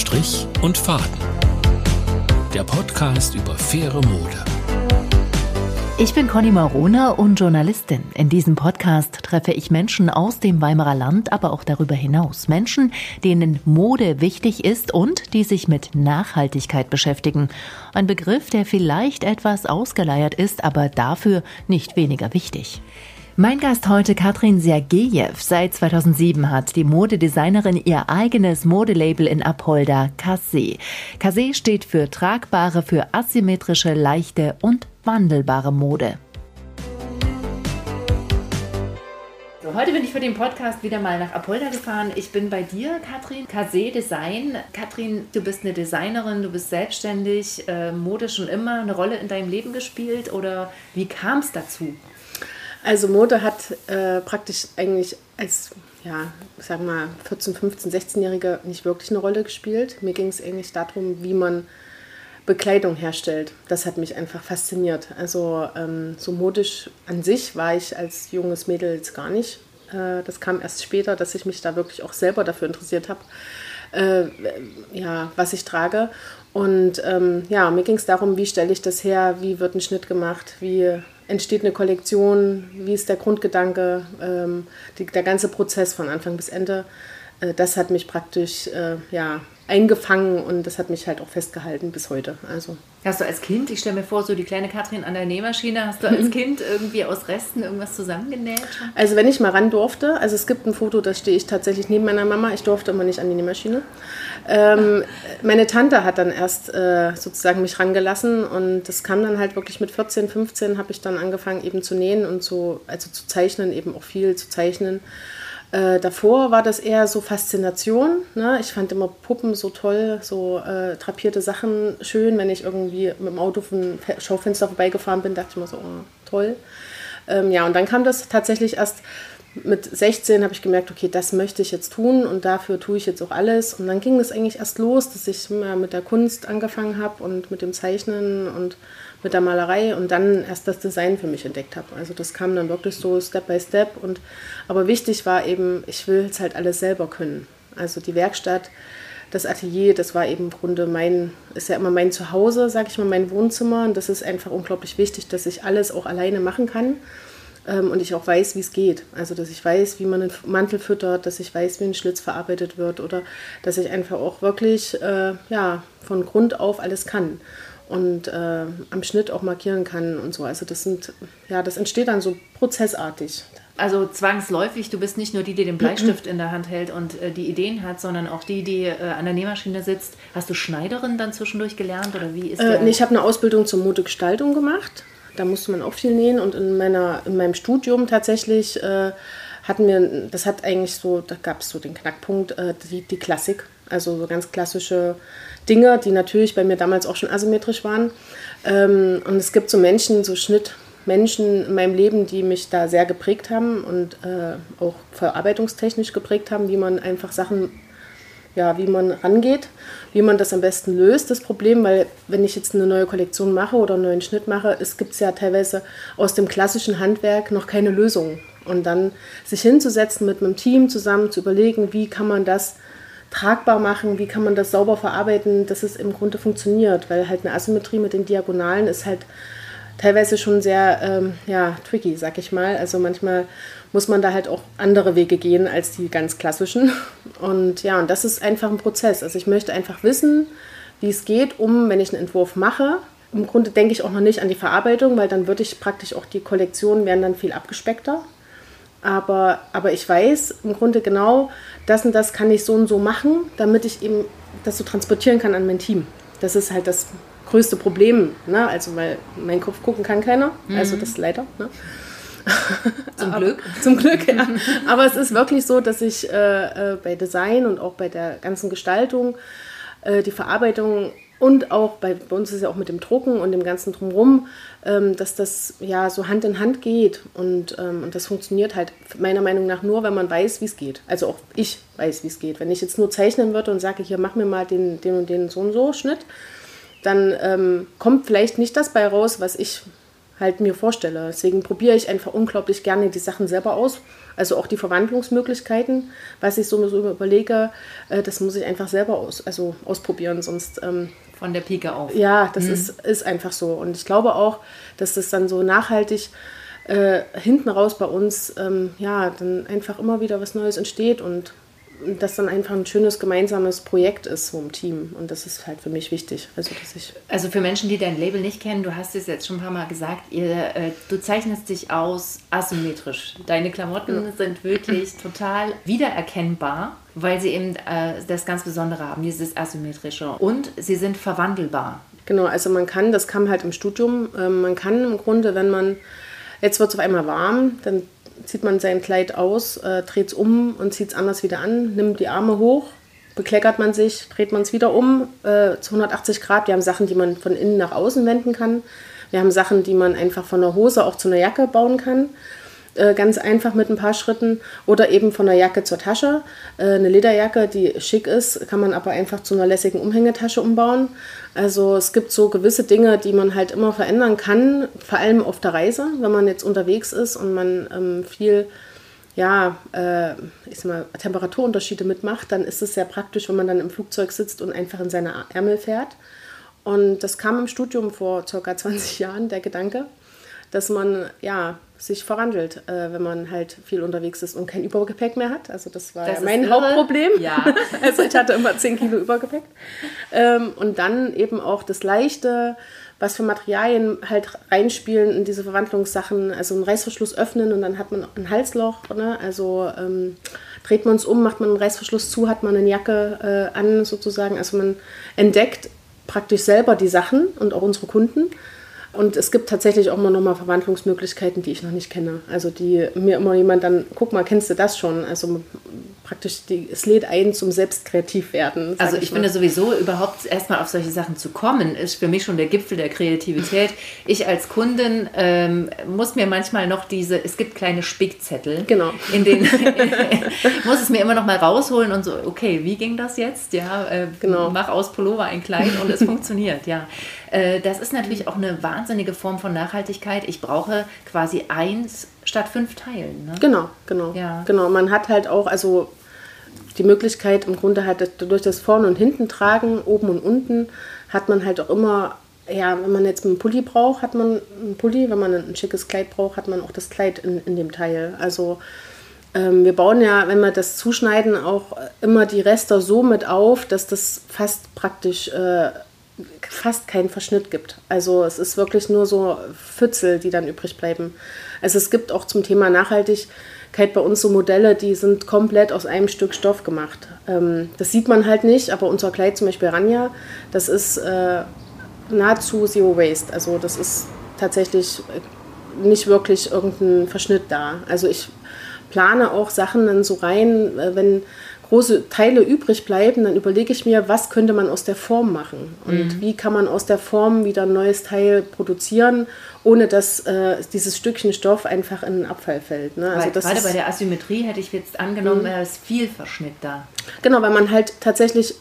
Strich und Faden. Der Podcast über faire Mode. Ich bin Conny Marona und Journalistin. In diesem Podcast treffe ich Menschen aus dem Weimarer Land, aber auch darüber hinaus. Menschen, denen Mode wichtig ist und die sich mit Nachhaltigkeit beschäftigen. Ein Begriff, der vielleicht etwas ausgeleiert ist, aber dafür nicht weniger wichtig. Mein Gast heute Katrin Sergejew. Seit 2007 hat die Modedesignerin ihr eigenes Modelabel in Apolda, Kase. Kase steht für tragbare, für asymmetrische, leichte und wandelbare Mode. So, heute bin ich für den Podcast wieder mal nach Apolda gefahren. Ich bin bei dir, Katrin, Kase Design. Katrin, du bist eine Designerin, du bist selbstständig, Mode schon immer eine Rolle in deinem Leben gespielt oder wie kam es dazu? Also Mode hat praktisch eigentlich als, ja, sagen wir mal 14-, 15-, 16-Jährige nicht wirklich eine Rolle gespielt. Mir ging es eigentlich darum, wie man Bekleidung herstellt. Das hat mich einfach fasziniert. Also so modisch an sich war ich als junges Mädel jetzt gar nicht. Das kam erst später, dass ich mich da wirklich auch selber dafür interessiert habe, was ich trage. Und mir ging es darum, wie stelle ich das her, wie wird ein Schnitt gemacht, wie entsteht eine Kollektion, wie ist der Grundgedanke, der ganze Prozess von Anfang bis Ende. Das hat mich praktisch eingefangen und das hat mich halt auch festgehalten bis heute. Also. Hast du als Kind, ich stelle mir vor, so die kleine Katrin an der Nähmaschine, hast du als Kind irgendwie aus Resten irgendwas zusammengenäht? Also wenn ich mal ran durfte, also es gibt ein Foto, da stehe ich tatsächlich neben meiner Mama, ich durfte immer nicht an die Nähmaschine. Meine Tante hat dann erst sozusagen mich rangelassen und das kam dann halt wirklich mit 14, 15 habe ich dann angefangen eben zu nähen und zu zeichnen, eben auch viel zu zeichnen. Davor war das eher so Faszination. Ne? Ich fand immer Puppen so toll, so drapierte Sachen schön. Wenn ich irgendwie mit dem Auto vom Schaufenster vorbeigefahren bin, dachte ich immer so, oh, toll. Und dann kam das tatsächlich erst mit 16, habe ich gemerkt, okay, das möchte ich jetzt tun und dafür tue ich jetzt auch alles. Und dann ging das eigentlich erst los, dass ich mit der Kunst angefangen habe und mit dem Zeichnen und mit der Malerei und dann erst das Design für mich entdeckt habe. Also das kam dann wirklich so Step by Step. Aber wichtig war eben, ich will es halt alles selber können. Also die Werkstatt, das Atelier, das war eben im Grunde ist ja immer mein Zuhause, sage ich mal, mein Wohnzimmer. Und das ist einfach unglaublich wichtig, dass ich alles auch alleine machen kann. Und ich auch weiß, wie es geht. Also dass ich weiß, wie man einen Mantel füttert, dass ich weiß, wie ein Schlitz verarbeitet wird oder dass ich einfach auch wirklich von Grund auf alles kann. Und am Schnitt auch markieren kann und so. Also das entsteht dann so prozessartig. Also zwangsläufig, du bist nicht nur die den Bleistift in der Hand hält und die Ideen hat, sondern auch die an der Nähmaschine sitzt. Hast du Schneiderin dann zwischendurch gelernt oder wie ist Nee, ich habe eine Ausbildung zur Modegestaltung gemacht. Da musste man auch viel nähen und in meinem Studium tatsächlich da gab es so den Knackpunkt, die Klassik. Also so ganz klassische Dinge, die natürlich bei mir damals auch schon asymmetrisch waren. Und es gibt so Menschen, so Schnittmenschen in meinem Leben, die mich da sehr geprägt haben und auch verarbeitungstechnisch geprägt haben, wie man einfach Sachen, wie man rangeht, wie man das am besten löst, das Problem, weil wenn ich jetzt eine neue Kollektion mache oder einen neuen Schnitt mache, es gibt ja teilweise aus dem klassischen Handwerk noch keine Lösung. Und dann sich hinzusetzen mit einem Team zusammen, zu überlegen, wie kann man das tragbar machen, wie kann man das sauber verarbeiten, dass es im Grunde funktioniert, weil halt eine Asymmetrie mit den Diagonalen ist halt teilweise schon sehr tricky, sag ich mal. Also manchmal muss man da halt auch andere Wege gehen als die ganz klassischen. Und und das ist einfach ein Prozess. Also ich möchte einfach wissen, wie es geht, wenn ich einen Entwurf mache. Im Grunde denke ich auch noch nicht an die Verarbeitung, weil dann würde ich praktisch auch die Kollektionen werden dann viel abgespeckter. Aber ich weiß im Grunde genau, das und das kann ich so und so machen, damit ich eben das so transportieren kann an mein Team. Das ist halt das größte Problem, ne? Also weil mein Kopf gucken kann keiner, also das leider. Ne? Zum Glück. Zum Glück, ja. Aber es ist wirklich so, dass ich bei Design und auch bei der ganzen Gestaltung, die Verarbeitung und auch bei uns ist es ja auch mit dem Drucken und dem ganzen Drumherum, dass das so Hand in Hand geht. Und das funktioniert halt meiner Meinung nach nur, wenn man weiß, wie es geht. Also auch ich weiß, wie es geht. Wenn ich jetzt nur zeichnen würde und sage, hier, mach mir mal den und den so und so Schnitt, dann kommt vielleicht nicht das bei raus, was ich halt mir vorstelle. Deswegen probiere ich einfach unglaublich gerne die Sachen selber aus. Also auch die Verwandlungsmöglichkeiten, was ich so überlege, das muss ich einfach selber ausprobieren, sonst... Von der Pike auf. Ja, das ist einfach so. Und ich glaube auch, dass das dann so nachhaltig hinten raus bei uns dann einfach immer wieder was Neues entsteht und das dann einfach ein schönes gemeinsames Projekt ist so im Team. Und das ist halt für mich wichtig. Also für Menschen, die dein Label nicht kennen, du hast es jetzt schon ein paar Mal gesagt, du zeichnest dich aus asymmetrisch. Deine Klamotten sind wirklich total wiedererkennbar, weil sie eben das ganz Besondere haben, dieses Asymmetrische. Und sie sind verwandelbar. Genau, also das kam halt im Studium, man kann im Grunde, wenn man, jetzt wird es auf einmal warm, dann zieht man sein Kleid aus, dreht es um und zieht es anders wieder an, nimmt die Arme hoch, bekleckert man sich, dreht man es wieder um zu 180 Grad. Wir haben Sachen, die man von innen nach außen wenden kann. Wir haben Sachen, die man einfach von der Hose auch zu einer Jacke bauen kann. Ganz einfach mit ein paar Schritten. Oder eben von der Jacke zur Tasche. Eine Lederjacke, die schick ist, kann man aber einfach zu einer lässigen Umhängetasche umbauen. Also es gibt so gewisse Dinge, die man halt immer verändern kann, vor allem auf der Reise, wenn man jetzt unterwegs ist und man viel Temperaturunterschiede mitmacht, dann ist es sehr praktisch, wenn man dann im Flugzeug sitzt und einfach in seine Ärmel fährt. Und das kam im Studium vor ca. 20 Jahren, der Gedanke, dass man sich verwandelt, wenn man halt viel unterwegs ist und kein Übergepäck mehr hat. Also das war mein Hauptproblem. Ja. Also ich hatte immer 10 Kilo Übergepäck. Und dann eben auch das Leichte, was für Materialien halt reinspielen in diese Verwandlungssachen. Also einen Reißverschluss öffnen und dann hat man ein Halsloch. Ne? Also dreht man es um, macht man einen Reißverschluss zu, hat man eine Jacke an sozusagen. Also man entdeckt praktisch selber die Sachen und auch unsere Kunden. Und es gibt tatsächlich auch immer noch mal Verwandlungsmöglichkeiten, die ich noch nicht kenne. Also die mir immer jemand dann, guck mal, kennst du das schon? Also praktisch, es lädt ein zum Selbstkreativwerden. Also ich finde sowieso, überhaupt erstmal auf solche Sachen zu kommen, ist für mich schon der Gipfel der Kreativität. Ich als Kundin muss mir manchmal noch es gibt kleine Spickzettel. Genau. Muss es mir immer noch mal rausholen und so, okay, wie ging das jetzt? Ja, genau. Mach aus Pullover ein Kleid und es funktioniert, ja. Das ist natürlich auch eine wahnsinnige Form von Nachhaltigkeit. Ich brauche quasi 1 statt 5 Teilen. Ne? Genau. Ja. Genau. Man hat halt auch die Möglichkeit, im Grunde halt durch das Vorne- und Hinten-Tragen, oben und unten, hat man halt auch immer, wenn man jetzt einen Pulli braucht, hat man einen Pulli. Wenn man ein schickes Kleid braucht, hat man auch das Kleid in dem Teil. Also wir bauen ja, wenn wir das zuschneiden, auch immer die Rester so mit auf, dass das fast praktisch fast keinen Verschnitt gibt. Also es ist wirklich nur so Pfützel, die dann übrig bleiben. Also es gibt auch zum Thema Nachhaltigkeit bei uns so Modelle, die sind komplett aus einem Stück Stoff gemacht. Das sieht man halt nicht, aber unser Kleid zum Beispiel Ranja, das ist nahezu Zero Waste. Also das ist tatsächlich nicht wirklich irgendein Verschnitt da. Also ich plane auch Sachen dann so rein, wenn große Teile übrig bleiben, dann überlege ich mir, was könnte man aus der Form machen und wie kann man aus der Form wieder ein neues Teil produzieren, ohne dass dieses Stückchen Stoff einfach in den Abfall fällt. Ne? Also gerade bei der Asymmetrie hätte ich jetzt angenommen, wäre es viel Verschnitt da. Genau, weil man halt tatsächlich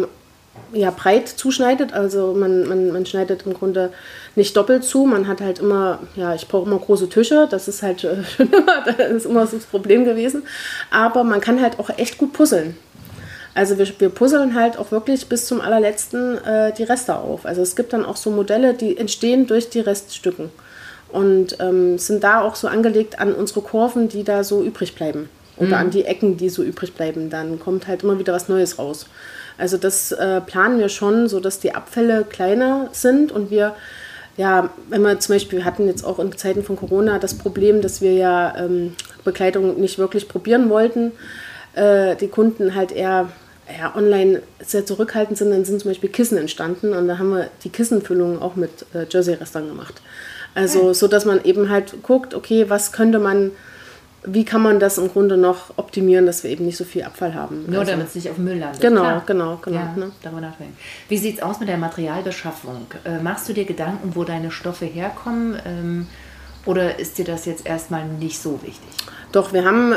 breit zuschneidet, also man schneidet im Grunde nicht doppelt zu, man hat halt immer, ich brauche immer große Tische, das ist halt das ist immer so das Problem gewesen, aber man kann halt auch echt gut puzzeln. Also wir puzzeln halt auch wirklich bis zum allerletzten die Reste auf. Also es gibt dann auch so Modelle, die entstehen durch die Reststücken und sind da auch so angelegt an unsere Kurven, die da so übrig bleiben oder an die Ecken, die so übrig bleiben. Dann kommt halt immer wieder was Neues raus. Also das planen wir schon, sodass die Abfälle kleiner sind und wir, wenn wir zum Beispiel, wir hatten jetzt auch in Zeiten von Corona das Problem, dass wir Bekleidung nicht wirklich probieren wollten, die Kunden halt eher online sehr zurückhaltend sind, dann sind zum Beispiel Kissen entstanden und da haben wir die Kissenfüllung auch mit Jersey-Restern gemacht. Also so, dass man eben halt guckt, okay, wie kann man das im Grunde noch optimieren, dass wir eben nicht so viel Abfall haben. Nur damit es nicht auf dem Müll landet. Genau. Ja, ne? Darüber nachdenken. Wie sieht es aus mit der Materialbeschaffung? Machst du dir Gedanken, wo deine Stoffe herkommen? Oder ist dir das jetzt erstmal nicht so wichtig? Doch, wir haben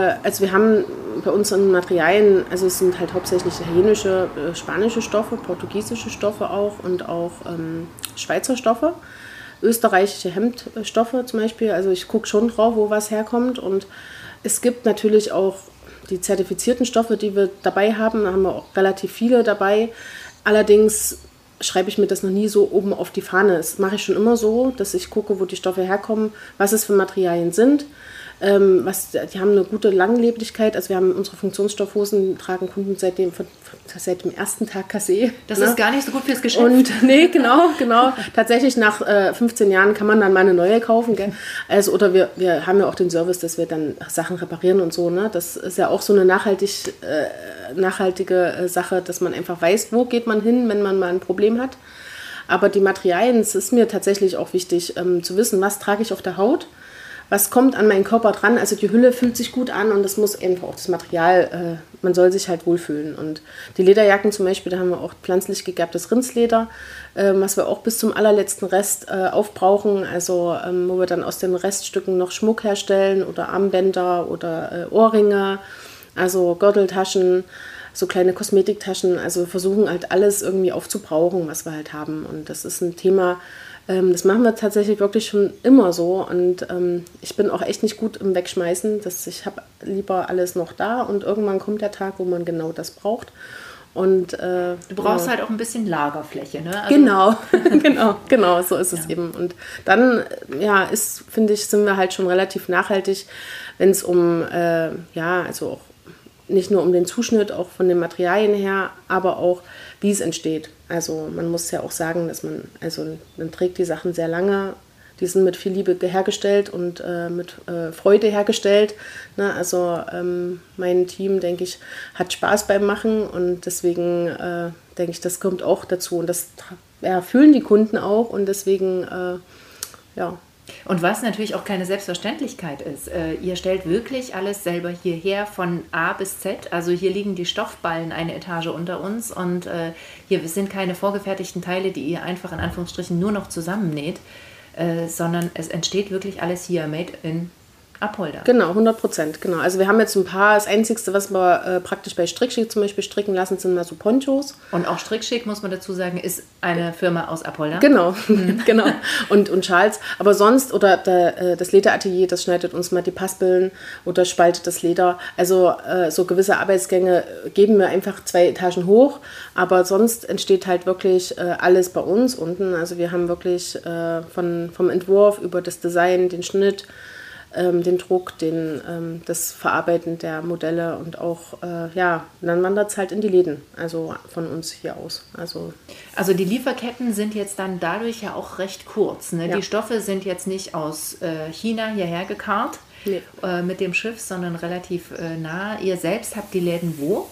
bei uns in Materialien, also es sind halt hauptsächlich italienische, spanische Stoffe, portugiesische Stoffe auch und auch Schweizer Stoffe. Österreichische Hemdstoffe zum Beispiel, also ich gucke schon drauf, wo was herkommt und Es gibt natürlich auch die zertifizierten Stoffe, die wir dabei haben. Da haben wir auch relativ viele dabei. Allerdings schreibe ich mir das noch nie so oben auf die Fahne. Das mache ich schon immer so, dass ich gucke, wo die Stoffe herkommen, was es für Materialien sind. Die haben eine gute Langleblichkeit. Also wir haben unsere Funktionsstoffhosen, tragen Kunden seit dem ersten Tag Cassé. Das ist gar nicht so gut fürs Geschäft. Und nee, genau. Tatsächlich nach 15 Jahren kann man dann mal eine neue kaufen. Gell? Also, oder wir haben ja auch den Service, dass wir dann Sachen reparieren und so. Ne? Das ist ja auch so eine nachhaltige Sache, dass man einfach weiß, wo geht man hin, wenn man mal ein Problem hat. Aber die Materialien, es ist mir tatsächlich auch wichtig zu wissen, was trage ich auf der Haut. Was kommt an meinen Körper dran? Also die Hülle fühlt sich gut an und das muss einfach auch das Material, man soll sich halt wohlfühlen. Und die Lederjacken zum Beispiel, da haben wir auch pflanzlich gegerbtes Rindsleder, was wir auch bis zum allerletzten Rest aufbrauchen. Also wo wir dann aus den Reststücken noch Schmuck herstellen oder Armbänder oder Ohrringe, also Gürteltaschen, so kleine Kosmetiktaschen. Also wir versuchen halt alles irgendwie aufzubrauchen, was wir halt haben. Und das ist ein Thema, das machen wir tatsächlich wirklich schon immer so und ich bin auch echt nicht gut im Wegschmeißen. Ich habe lieber alles noch da und irgendwann kommt der Tag, wo man genau das braucht. Und, du brauchst halt auch ein bisschen Lagerfläche, ne? Also genau, so ist es eben. Und dann, finde ich, sind wir halt schon relativ nachhaltig, wenn es um, also auch nicht nur um den Zuschnitt, auch von den Materialien her, aber auch, wie es entsteht. Also man muss ja auch sagen, dass man trägt die Sachen sehr lange, die sind mit viel Liebe hergestellt und mit Freude hergestellt. Ne? Also mein Team, denke ich, hat Spaß beim Machen und deswegen denke ich, das kommt auch dazu. Und das fühlen die Kunden auch und deswegen, Und was natürlich auch keine Selbstverständlichkeit ist, ihr stellt wirklich alles selber hierher von A bis Z. Also hier liegen die Stoffballen eine Etage unter uns und hier sind keine vorgefertigten Teile, die ihr einfach in Anführungsstrichen nur noch zusammennäht, sondern es entsteht wirklich alles hier, made in Apolda. Genau, 100%. Genau. Also wir haben jetzt ein paar, das Einzige, was wir praktisch bei Strickschick zum Beispiel stricken lassen, sind mal so Ponchos. Und auch Strickschick, muss man dazu sagen, ist eine Firma aus Apolda. Genau, genau. Und Charles. Aber sonst, oder das Lederatelier, das schneidet uns mal die Paspeln oder spaltet das Leder. Also so gewisse Arbeitsgänge geben wir einfach 2 Etagen hoch. Aber sonst entsteht halt wirklich alles bei uns unten. Also wir haben wirklich vom Entwurf über das Design, den Schnitt, den Druck, das Verarbeiten der Modelle und auch, dann wandert es halt in die Läden, also von uns hier aus. Also die Lieferketten sind jetzt dann dadurch ja auch recht kurz. Ne? Ja. Die Stoffe sind jetzt nicht aus China hierher gekarrt mit dem Schiff, sondern relativ nah. Ihr selbst habt die Läden wo?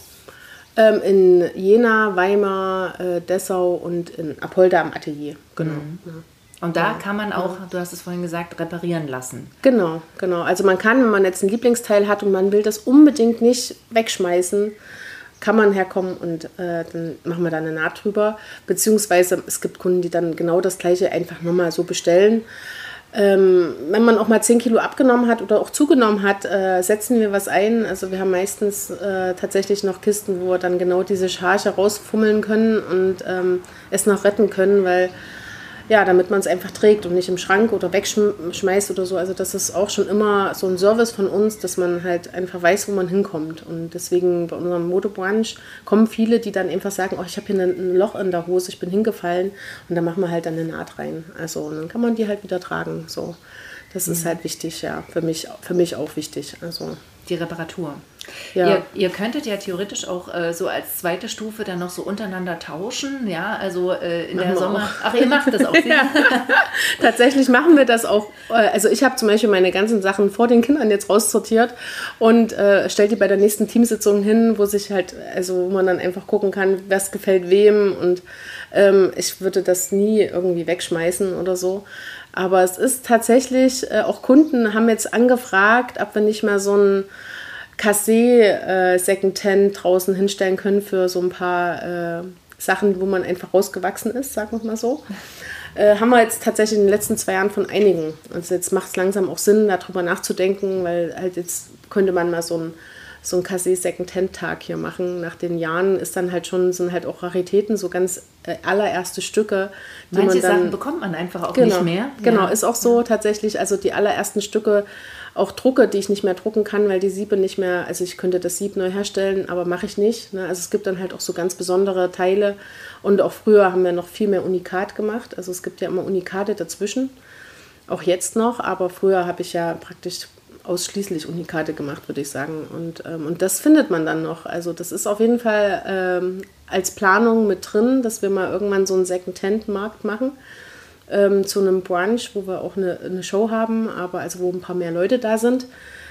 In Jena, Weimar, Dessau und in Apolda am Atelier, genau. Mhm. Ja. Und da kann man auch, du hast es vorhin gesagt, reparieren lassen. Genau. Also man kann, wenn man jetzt ein Lieblingsteil hat und man will das unbedingt nicht wegschmeißen, kann man herkommen und dann machen wir da eine Naht drüber. Beziehungsweise es gibt Kunden, die dann genau das Gleiche einfach nochmal so bestellen. Wenn man auch mal 10 Kilo abgenommen hat oder auch zugenommen hat, setzen wir was ein. Also wir haben meistens tatsächlich noch Kisten, wo wir dann genau diese Charge rausfummeln können und es noch retten können, weil damit man es einfach trägt und nicht im Schrank oder wegschmeißt oder so. Also das ist auch schon immer so ein Service von uns, dass man halt einfach weiß, wo man hinkommt. Und deswegen bei unserem Modebranche kommen viele, die dann einfach sagen, ich habe hier ein Loch in der Hose, ich bin hingefallen. Und dann machen wir halt dann eine Naht rein. Also und dann kann man die halt wieder tragen. So, das ist halt wichtig, für mich auch wichtig. Also die Reparatur. Ja. Ihr könntet ja theoretisch auch so als zweite Stufe dann noch so untereinander tauschen, also in der Sommer. Ach, ihr macht das auch. Ja. Tatsächlich machen wir das auch. Also ich habe zum Beispiel meine ganzen Sachen vor den Kindern jetzt raussortiert und stelle die bei der nächsten Teamsitzung hin, wo sich halt, wo man dann einfach gucken kann, was gefällt wem und ich würde das nie irgendwie wegschmeißen oder so. Aber es ist tatsächlich, auch Kunden haben jetzt angefragt, ob wir nicht mal so ein Cassé Secondhand draußen hinstellen können für so ein paar Sachen, wo man einfach rausgewachsen ist, sagen wir mal so. Haben wir jetzt tatsächlich in den letzten 2 Jahren von einigen. Also jetzt macht es langsam auch Sinn, darüber nachzudenken, weil halt jetzt könnte man mal so ein Cassé Secondhand-Tag hier machen. Nach den Jahren sind halt auch Raritäten, so ganz allererste Stücke. Manche Sachen bekommt man einfach auch nicht mehr. Genau, ist auch so tatsächlich. Also die allerersten Stücke auch drucke, die ich nicht mehr drucken kann, weil die Siebe nicht mehr, also ich könnte das Sieb neu herstellen, aber mache ich nicht. Ne? Also es gibt dann halt auch so ganz besondere Teile und auch früher haben wir noch viel mehr Unikat gemacht. Also es gibt ja immer Unikate dazwischen, auch jetzt noch, aber früher habe ich ja praktisch ausschließlich Unikate gemacht, würde ich sagen. Und das findet man dann noch. Also das ist auf jeden Fall als Planung mit drin, dass wir mal irgendwann so einen Second-Hand-Markt machen. Zu einem Brunch, wo wir auch eine Show haben, aber also wo ein paar mehr Leute da sind,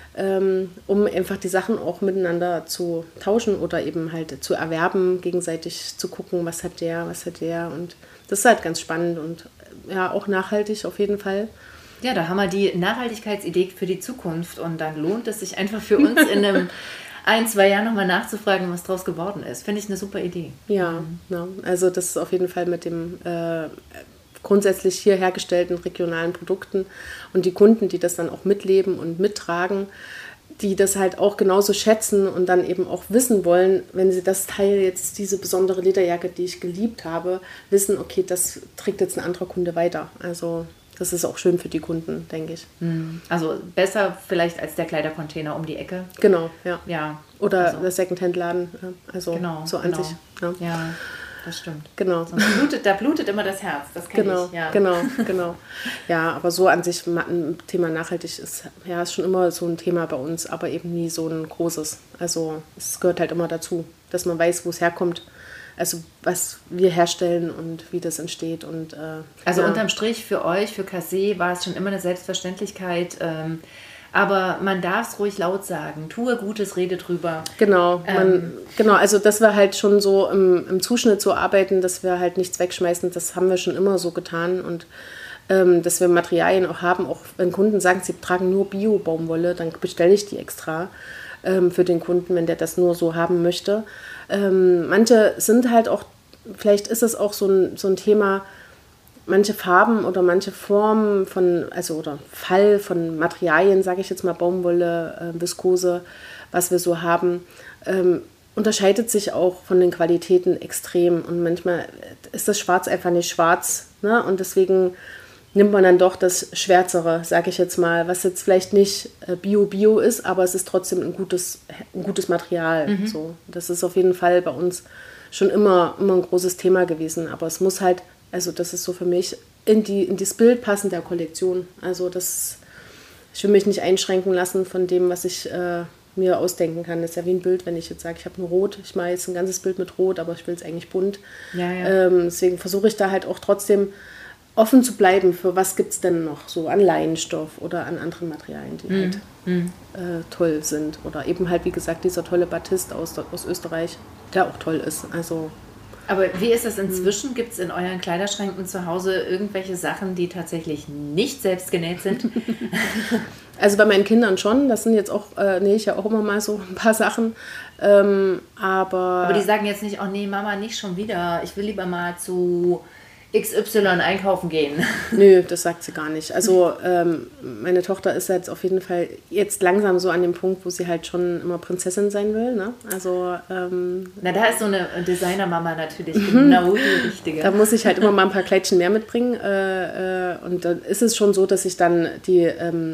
um einfach die Sachen auch miteinander zu tauschen oder eben halt zu erwerben, gegenseitig zu gucken, was hat der. Und das ist halt ganz spannend und ja, auch nachhaltig auf jeden Fall. Ja, da haben wir die Nachhaltigkeitsidee für die Zukunft und dann lohnt es sich einfach für uns in einem 1-2 Jahren nochmal nachzufragen, was draus geworden ist. Finde ich eine super Idee. Ja, also das ist auf jeden Fall mit dem grundsätzlich hier hergestellten regionalen Produkten und die Kunden, die das dann auch mitleben und mittragen, die das halt auch genauso schätzen und dann eben auch wissen wollen, wenn sie das Teil jetzt, diese besondere Lederjacke, die ich geliebt habe, wissen, okay, das trägt jetzt ein anderer Kunde weiter. Also das ist auch schön für die Kunden, denke ich. Also besser vielleicht als der Kleidercontainer um die Ecke. Genau, ja. Ja. Oder also der Secondhand-Laden, also genau, so an sich. Ja, das stimmt. Genau. Da blutet immer das Herz, das kenne ich. Ja. Genau. Ja, aber so an sich, ein Thema nachhaltig ist schon immer so ein Thema bei uns, aber eben nie so ein großes. Also es gehört halt immer dazu, dass man weiß, wo es herkommt. Also was wir herstellen und wie das entsteht. Und, also unterm Strich für euch, für Cassé, war es schon immer eine Selbstverständlichkeit. Aber man darf es ruhig laut sagen. Tue Gutes, rede drüber. Genau, also dass wir halt schon so im Zuschnitt so arbeiten, dass wir halt nichts wegschmeißen, das haben wir schon immer so getan. Und dass wir Materialien auch haben, auch wenn Kunden sagen, sie tragen nur Bio-Baumwolle, dann bestelle ich die extra für den Kunden, wenn der das nur so haben möchte. Manche sind halt auch, vielleicht ist es auch so ein Thema, manche Farben oder manche Formen oder Fall von Materialien, sage ich jetzt mal Baumwolle, Viskose, was wir so haben, unterscheidet sich auch von den Qualitäten extrem. Und manchmal ist das Schwarz einfach nicht schwarz. Ne? Und deswegen nimmt man dann doch das Schwärzere, sage ich jetzt mal, was jetzt vielleicht nicht Bio ist, aber es ist trotzdem ein gutes Material. So. Das ist auf jeden Fall bei uns schon immer ein großes Thema gewesen. Aber es muss halt, also das ist so für mich, in das Bild passen der Kollektion. Also ich will mich nicht einschränken lassen von dem, was ich mir ausdenken kann. Das ist ja wie ein Bild, wenn ich jetzt sage, ich habe nur Rot, ich mache jetzt ein ganzes Bild mit Rot, aber ich will es eigentlich bunt. Ja. Deswegen versuche ich da halt auch trotzdem offen zu bleiben, für was gibt es denn noch so an Leinstoff oder an anderen Materialien, die halt toll sind. Oder eben halt, wie gesagt, dieser tolle Batist aus Österreich, der auch toll ist. Also, aber wie ist das inzwischen? Gibt es in euren Kleiderschränken zu Hause irgendwelche Sachen, die tatsächlich nicht selbst genäht sind? Also bei meinen Kindern schon. Das sind jetzt auch, nähe ich ja auch immer mal so ein paar Sachen. Aber die sagen jetzt nicht, oh nee, Mama, nicht schon wieder. Ich will lieber mal zu XY einkaufen gehen. Nö, das sagt sie gar nicht. Also meine Tochter ist jetzt auf jeden Fall jetzt langsam so an dem Punkt, wo sie halt schon immer Prinzessin sein will. Ne? Also, da ist so eine Designer-Mama natürlich genau die richtige. Da muss ich halt immer mal ein paar Kleidchen mehr mitbringen. Und dann ist es schon so, dass ich dann die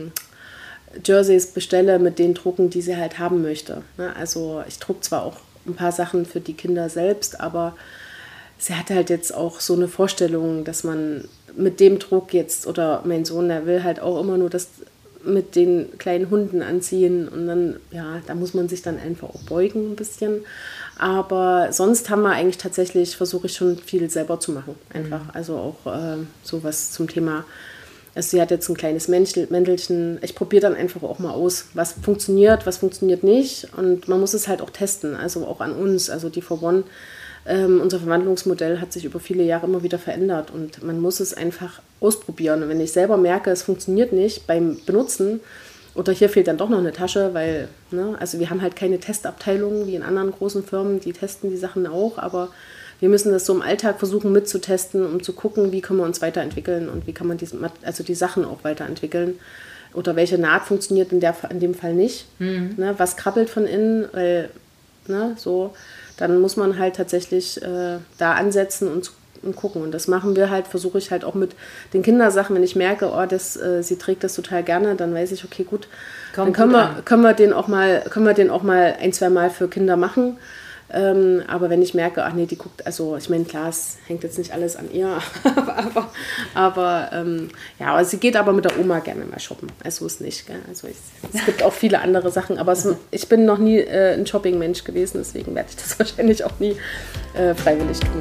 Jerseys bestelle mit den Drucken, die sie halt haben möchte. Ne? Also ich drucke zwar auch ein paar Sachen für die Kinder selbst, aber sie hat halt jetzt auch so eine Vorstellung, dass man mit dem Druck jetzt, oder mein Sohn, der will halt auch immer nur das mit den kleinen Hunden anziehen und dann, ja, da muss man sich dann einfach auch beugen ein bisschen. Aber sonst haben wir eigentlich tatsächlich, versuche ich schon viel selber zu machen, einfach. Also auch sowas zum Thema, also sie hat jetzt ein kleines Mäntelchen, ich probiere dann einfach auch mal aus, was funktioniert nicht und man muss es halt auch testen, also auch an uns, also die For One. Unser Verwandlungsmodell hat sich über viele Jahre immer wieder verändert und man muss es einfach ausprobieren. Und wenn ich selber merke, es funktioniert nicht beim Benutzen oder hier fehlt dann doch noch eine Tasche, weil, ne, also wir haben halt keine Testabteilungen wie in anderen großen Firmen, die testen die Sachen auch, aber wir müssen das so im Alltag versuchen mitzutesten, um zu gucken, wie können wir uns weiterentwickeln und wie kann man die Sachen auch weiterentwickeln. Oder welche Naht funktioniert in dem Fall nicht. Ne, was krabbelt von innen, weil, ne, so. Dann muss man halt tatsächlich da ansetzen und und gucken. Und das machen wir halt, versuche ich halt auch mit den Kindersachen. Wenn ich merke, sie trägt das total gerne, dann weiß ich, okay, gut, dann können wir den auch mal 1-2 Mal für Kinder machen. Aber wenn ich merke, ach nee, die guckt, also ich meine, klar, es hängt jetzt nicht alles an ihr, aber sie geht aber mit der Oma gerne mal shoppen. Also ist nicht, gell? Also es gibt auch viele andere Sachen, aber ich bin noch nie ein Shopping-Mensch gewesen, deswegen werde ich das wahrscheinlich auch nie freiwillig tun.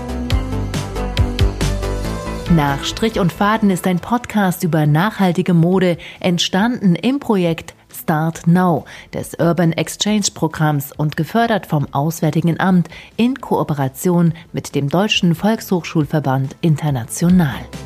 Nach Strich und Faden ist ein Podcast über nachhaltige Mode entstanden im Projekt Start Now des Urban Exchange Programms und gefördert vom Auswärtigen Amt in Kooperation mit dem Deutschen Volkshochschulverband International.